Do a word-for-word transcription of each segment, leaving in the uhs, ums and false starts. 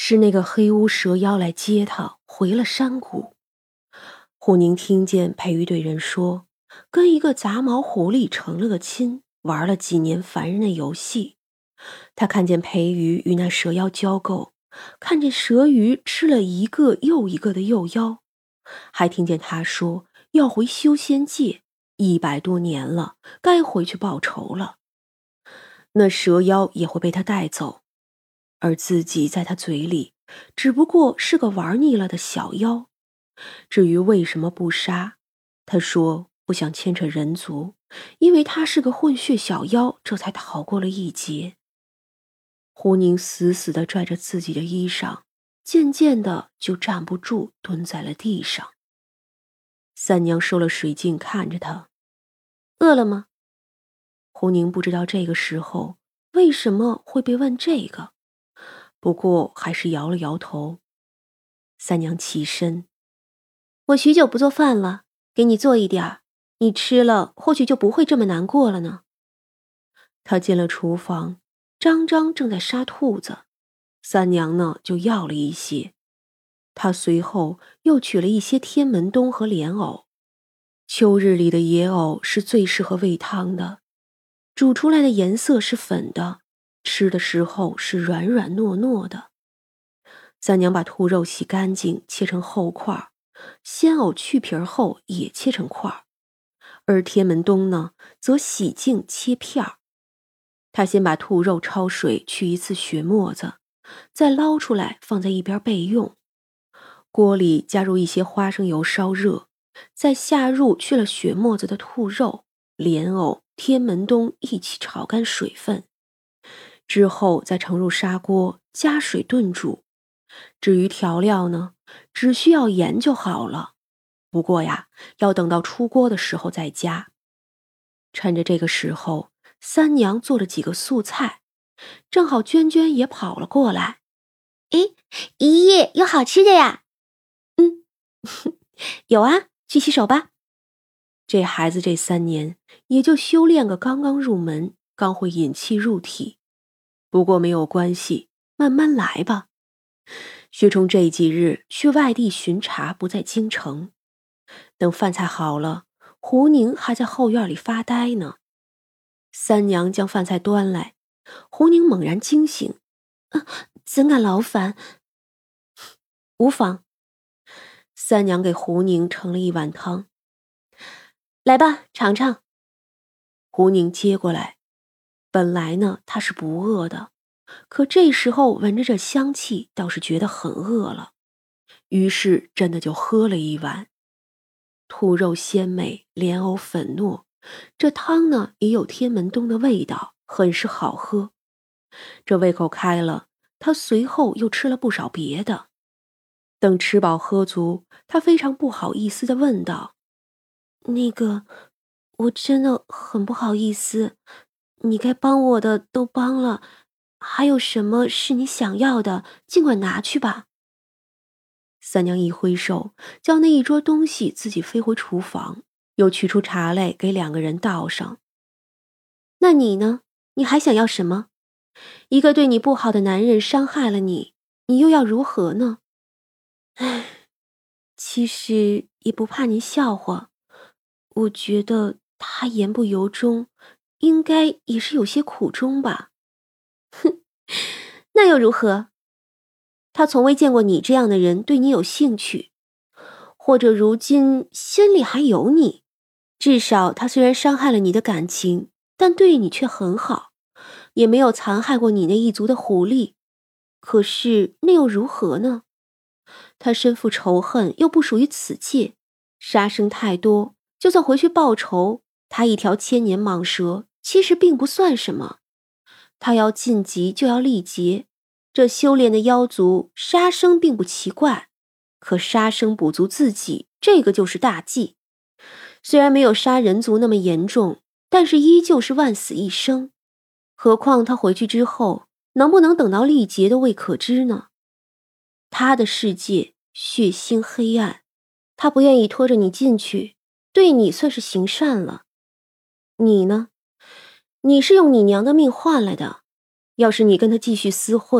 是那个黑巫蛇妖来接他回了山谷。虎宁听见裴玉对人说，跟一个杂毛狐狸成了个亲，玩了几年烦人的游戏。他看见裴鱼与那蛇妖交媾，看见蛇鱼吃了一个又一个的幼妖，还听见他说要回修仙界，一百多年了，该回去报仇了。那蛇妖也会被他带走，而自己在他嘴里只不过是个玩腻了的小妖。至于为什么不杀，他说不想牵扯人族，因为他是个混血小妖，这才逃过了一劫。胡宁死死地拽着自己的衣裳，渐渐的就站不住，蹲在了地上。三娘收了水镜，看着他，饿了吗？胡宁不知道这个时候为什么会被问这个，不过还是摇了摇头。三娘起身，我许久不做饭了，给你做一点儿，你吃了或许就不会这么难过了呢。他进了厨房，张张正在杀兔子，三娘呢就要了一些。他随后又取了一些天门冬和莲藕。秋日里的野藕是最适合煨汤的，煮出来的颜色是粉的，吃的时候是软软糯糯的。三娘把兔肉洗干净，切成厚块，鲜藕去皮后也切成块，而天门冬呢，则洗净切片儿。他先把兔肉焯水去一次血沫子，再捞出来放在一边备用。锅里加入一些花生油烧热，再下入去了血沫子的兔肉、莲藕、天门冬一起炒干水分，之后再盛入砂锅，加水炖煮。至于调料呢，只需要盐就好了。不过呀，要等到出锅的时候再加。趁着这个时候，三娘做了几个素菜，正好娟娟也跑了过来。 诶，姨姨有好吃的呀？ 嗯，有啊，去洗手吧。这孩子这三年也就修炼个刚刚入门，刚会引气入体。不过没有关系，慢慢来吧。薛冲这几日去外地巡查，不在京城。等饭菜好了，胡宁还在后院里发呆呢。三娘将饭菜端来，胡宁猛然惊醒，啊，怎敢劳烦？无妨。三娘给胡宁盛了一碗汤，来吧，尝尝。胡宁接过来，本来呢他是不饿的，可这时候闻着这香气，倒是觉得很饿了，于是真的就喝了一碗。兔肉鲜美，莲藕粉糯，这汤呢也有天门冬的味道，很是好喝。这胃口开了，他随后又吃了不少别的。等吃饱喝足，他非常不好意思地问道：那个，我真的很不好意思，你该帮我的都帮了，还有什么是你想要的，尽管拿去吧。三娘一挥手，叫那一桌东西自己飞回厨房，又取出茶来给两个人倒上。那你呢？你还想要什么？一个对你不好的男人伤害了你，你又要如何呢？唉，其实也不怕您笑话，我觉得他言不由衷，应该也是有些苦衷吧。哼，那又如何？他从未见过你这样的人对你有兴趣，或者如今心里还有你。至少他虽然伤害了你的感情，但对你却很好，也没有残害过你那一族的狐狸。可是那又如何呢？他身负仇恨，又不属于此界，杀生太多，就算回去报仇，他一条千年蟒蛇其实并不算什么。他要晋级就要历劫，这修炼的妖族杀生并不奇怪，可杀生补足自己，这个就是大忌。虽然没有杀人族那么严重，但是依旧是万死一生。何况他回去之后，能不能等到历劫都未可知呢？他的世界血腥黑暗，他不愿意拖着你进去，对你算是行善了。你呢？你是用你娘的命换来的，要是你跟他继续厮混，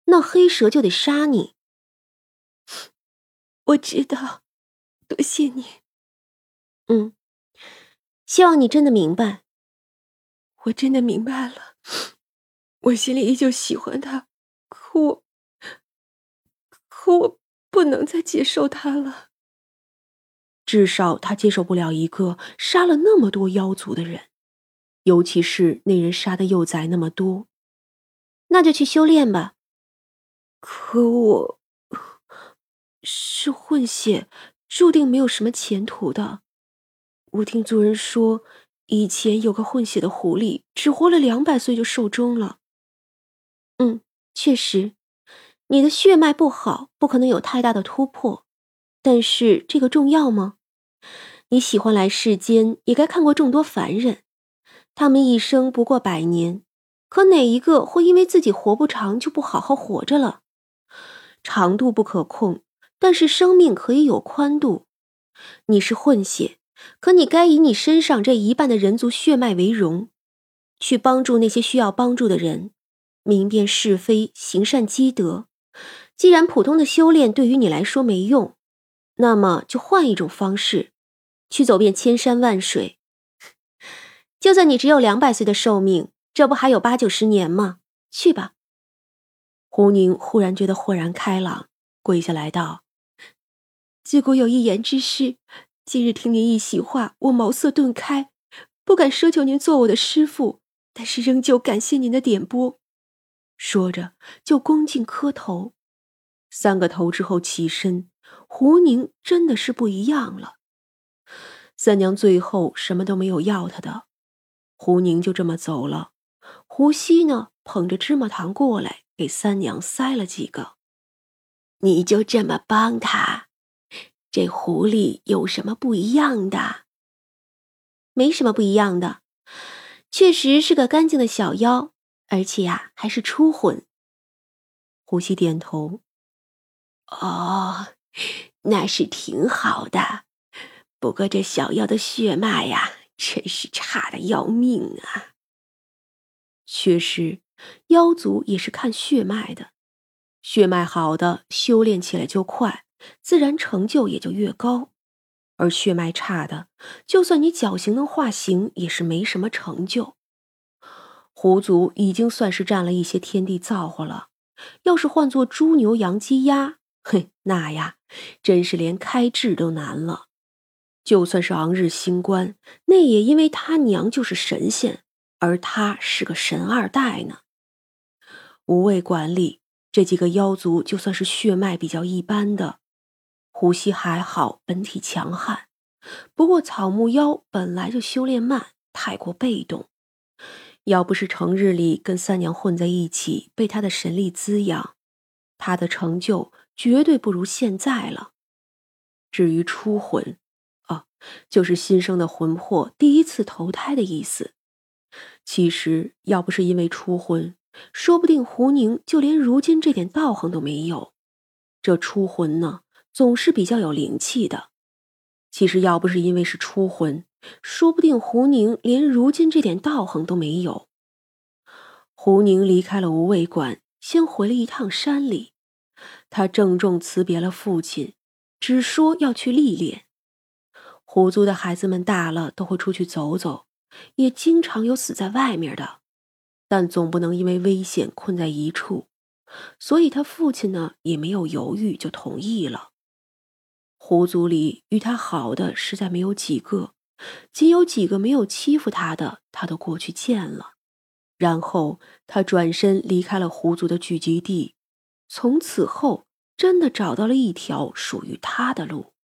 那黑蛇就得杀你。 我知道，多谢你。 嗯，希望你真的明白。 我真的明白了，我心里依旧喜欢他，可我，可我不能再接受他了。 至少他接受不了一个杀了那么多妖族的人，尤其是那人杀的幼崽那么多。那就去修炼吧。 可我是混血，注定没有什么前途的。我听族人说，以前有个混血的狐狸，只活了两百岁就寿终了。 嗯，确实，你的血脉不好，不可能有太大的突破。但是这个重要吗？你喜欢来世间，也该看过众多凡人，他们一生不过百年，可哪一个会因为自己活不长就不好好活着了？长度不可控，但是生命可以有宽度。你是混血，可你该以你身上这一半的人族血脉为荣，去帮助那些需要帮助的人，明辨是非，行善积德。既然普通的修炼对于你来说没用，那么就换一种方式，去走遍千山万水。就算你只有两百岁的寿命，这不还有八九十年吗？去吧。胡宁忽然觉得豁然开朗，跪下来道： 自古有一言之事，今日听您一席话，我茅塞顿开，不敢奢求您做我的师父，但是仍旧感谢您的点拨。 说着就恭敬磕头。三个头之后起身，胡宁真的是不一样了。三娘最后什么都没有要他的，胡宁就这么走了。胡希呢，捧着芝麻糖过来，给三娘塞了几个。你就这么帮他？这狐狸有什么不一样的？没什么不一样的，确实是个干净的小妖，而且呀、啊，还是初婚。胡希点头。哦，那是挺好的，不过这小妖的血脉呀，真是差得要命啊。确实，妖族也是看血脉的，血脉好的修炼起来就快，自然成就也就越高，而血脉差的，就算你绞刑能化形，也是没什么成就。狐族已经算是占了一些天地造化了，要是换作猪牛羊鸡鸭，嘿，那呀，真是连开智都难了。就算是昂日星官，那也因为他娘就是神仙，而他是个神二代呢。无畏馆里这几个妖族就算是血脉比较一般的，胡希还好，本体强悍。不过草木妖本来就修炼慢，太过被动。要不是成日里跟三娘混在一起，被他的神力滋养，他的成就绝对不如现在了。至于初魂，啊，就是新生的魂魄第一次投胎的意思。其实要不是因为初魂，说不定胡宁就连如今这点道行都没有。这初魂呢，总是比较有灵气的。其实要不是因为是初魂，说不定胡宁连如今这点道行都没有。胡宁离开了无畏馆，先回了一趟山里。他郑重辞别了父亲，只说要去历练。狐族的孩子们大了都会出去走走，也经常有死在外面的，但总不能因为危险困在一处，所以他父亲呢也没有犹豫就同意了。狐族里与他好的实在没有几个，仅有几个没有欺负他的，他都过去见了。然后他转身离开了狐族的聚集地，从此后真的找到了一条属于他的路。